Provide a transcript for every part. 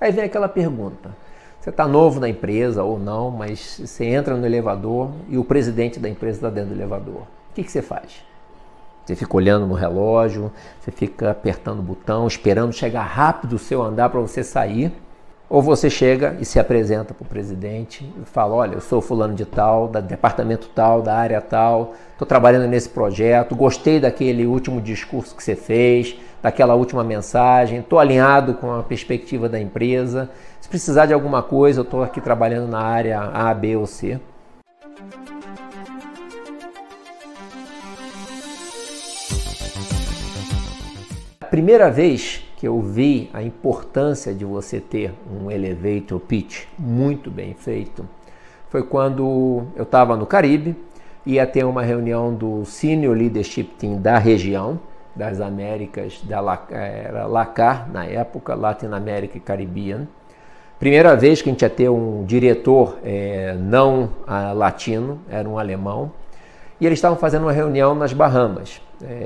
Aí vem aquela pergunta, você está novo na empresa ou não, mas você entra no elevador e o presidente da empresa está dentro do elevador. O que você faz? Você fica olhando no relógio, você fica apertando o botão, esperando chegar rápido o seu andar para você sair, ou você chega e se apresenta para o presidente e fala, olha, eu sou fulano de tal, do departamento tal, da área tal, estou trabalhando nesse projeto, gostei daquele último discurso que você fez, daquela última mensagem, estou alinhado com a perspectiva da empresa, se precisar de alguma coisa, eu estou aqui trabalhando na área A, B ou C. A primeira vez que eu vi a importância de você ter um elevator pitch muito bem feito foi quando eu estava no Caribe, ia ter uma reunião do Senior Leadership Team da região, das Américas, era LACAR na época, Latin America e Caribbean. Primeira vez que a gente ia ter um diretor não latino, era um alemão, e eles estavam fazendo uma reunião nas Bahamas,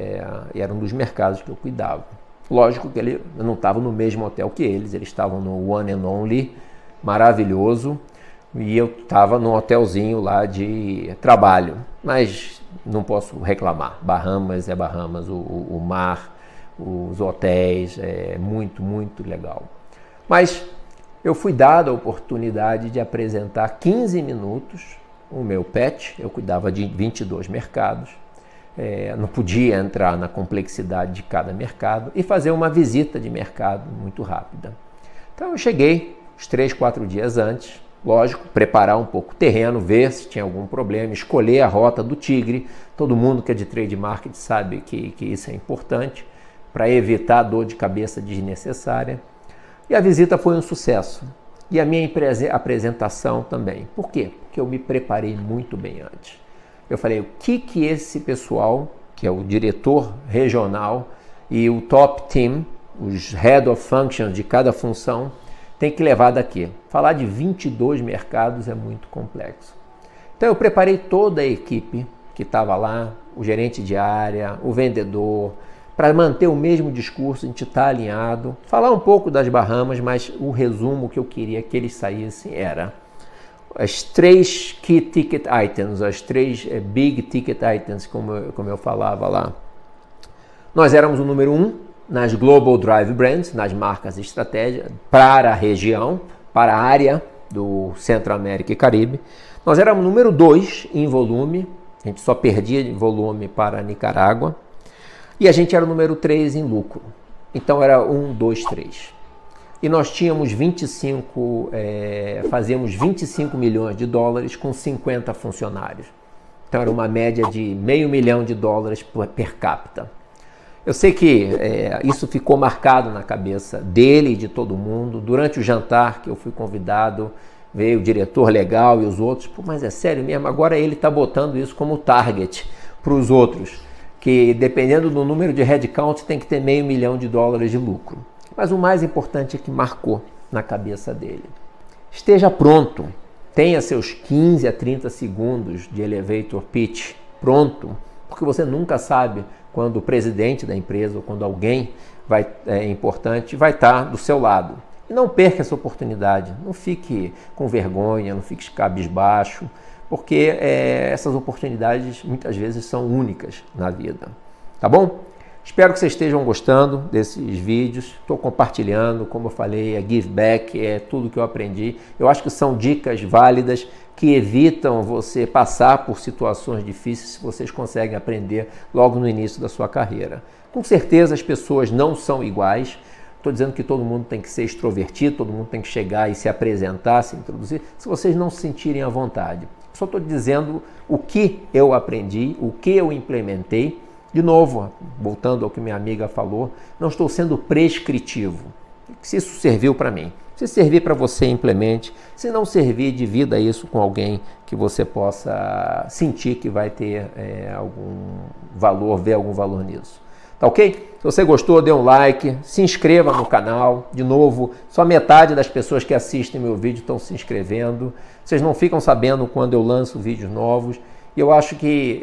e era um dos mercados que eu cuidava. Lógico que eu não estava no mesmo hotel que eles estavam no One and Only, maravilhoso, e eu estava num hotelzinho lá de trabalho, mas não posso reclamar, Bahamas é Bahamas, o mar, os hotéis, é muito, muito legal. Mas eu fui dado a oportunidade de apresentar 15 minutos o meu pitch, eu cuidava de 22 mercados, não podia entrar na complexidade de cada mercado e fazer uma visita de mercado muito rápida. Então eu cheguei uns 3, 4 dias antes, lógico, preparar um pouco o terreno, ver se tinha algum problema, escolher a rota do tigre. Todo mundo que é de trade marketing sabe que isso é importante para evitar dor de cabeça desnecessária. E a visita foi um sucesso. E a minha apresentação também. Por quê? Porque eu me preparei muito bem antes. Eu falei, o que esse pessoal, que é o diretor regional e o top team, os head of functions de cada função, tem que levar daqui. Falar de 22 mercados é muito complexo. Então eu preparei toda a equipe que estava lá, o gerente de área, o vendedor, para manter o mesmo discurso, a gente está alinhado. Falar um pouco das Bahamas, mas o resumo que eu queria que eles saíssem era as 3 key ticket items, as 3 big ticket items, como eu falava lá. Nós éramos o número 1 nas Global Drive Brands, nas marcas de estratégia, para a região, para a área do Centro-América e Caribe. Nós éramos o número 2 em volume, a gente só perdia de volume para a Nicarágua. E a gente era o número 3 em lucro. Então era 1, 2, 3. E nós tínhamos fazíamos 25 milhões de dólares com 50 funcionários. Então era uma média de $500 milhão per capita. Eu sei que isso ficou marcado na cabeça dele e de todo mundo. Durante o jantar que eu fui convidado, veio o diretor legal e os outros. Pô, mas é sério mesmo? Agora ele está botando isso como target para os outros, que dependendo do número de headcount tem que ter $500 milhão de lucro. Mas o mais importante é que marcou na cabeça dele. Esteja pronto, tenha seus 15 a 30 segundos de elevator pitch pronto, porque você nunca sabe quando o presidente da empresa ou quando alguém importante vai estar do seu lado. E não perca essa oportunidade, não fique com vergonha, não fique cabisbaixo, porque essas oportunidades muitas vezes são únicas na vida. Tá bom? Espero que vocês estejam gostando desses vídeos. Estou compartilhando, como eu falei, é give back, é tudo que eu aprendi. Eu acho que são dicas válidas que evitam você passar por situações difíceis se vocês conseguem aprender logo no início da sua carreira. Com certeza as pessoas não são iguais. Estou dizendo que todo mundo tem que ser extrovertido, todo mundo tem que chegar e se apresentar, se introduzir, se vocês não se sentirem à vontade. Só estou dizendo o que eu aprendi, o que eu implementei. De novo, voltando ao que minha amiga falou, não estou sendo prescritivo. Se isso serviu para mim, se servir para você, implemente. Se não servir, divida isso com alguém que você possa sentir que vai ter algum valor, ver algum valor nisso. Tá ok? Se você gostou, dê um like, se inscreva no canal. De novo, só metade das pessoas que assistem meu vídeo estão se inscrevendo. Vocês não ficam sabendo quando eu lanço vídeos novos. E eu acho que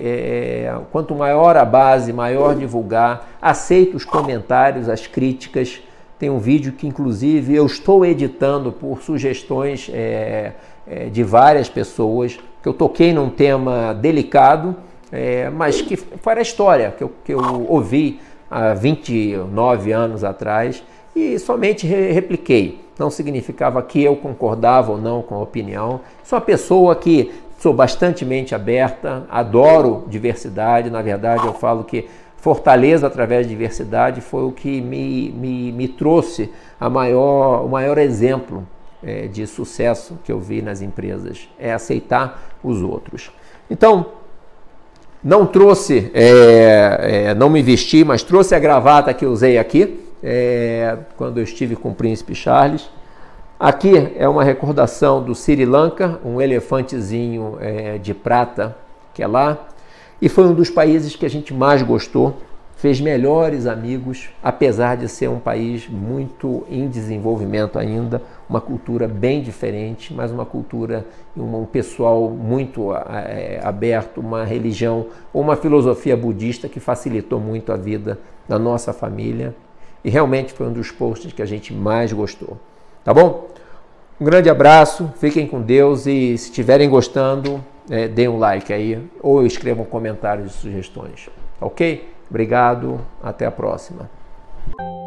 quanto maior a base, maior divulgar, aceito os comentários, as críticas. Tem um vídeo que, inclusive, eu estou editando por sugestões de várias pessoas, que eu toquei num tema delicado, mas que foi a história que eu ouvi há 29 anos atrás e somente repliquei. Não significava que eu concordava ou não com a opinião. Sou uma pessoa que sou bastante mente aberta, adoro diversidade. Na verdade, eu falo que Fortaleza através de diversidade foi o que me trouxe o maior exemplo de sucesso que eu vi nas empresas, é aceitar os outros. Então, não trouxe, não me vesti, mas trouxe a gravata que eu usei aqui, quando eu estive com o Príncipe Charles. Aqui é uma recordação do Sri Lanka, um elefantezinho de prata que é lá. E foi um dos países que a gente mais gostou, fez melhores amigos, apesar de ser um país muito em desenvolvimento ainda, uma cultura bem diferente, mas uma cultura, um pessoal muito aberto, uma religião, uma filosofia budista que facilitou muito a vida da nossa família e realmente foi um dos posts que a gente mais gostou. Tá bom? Um grande abraço, fiquem com Deus e se estiverem gostando, deem um like aí ou escrevam comentários de sugestões. Ok? Obrigado, até a próxima.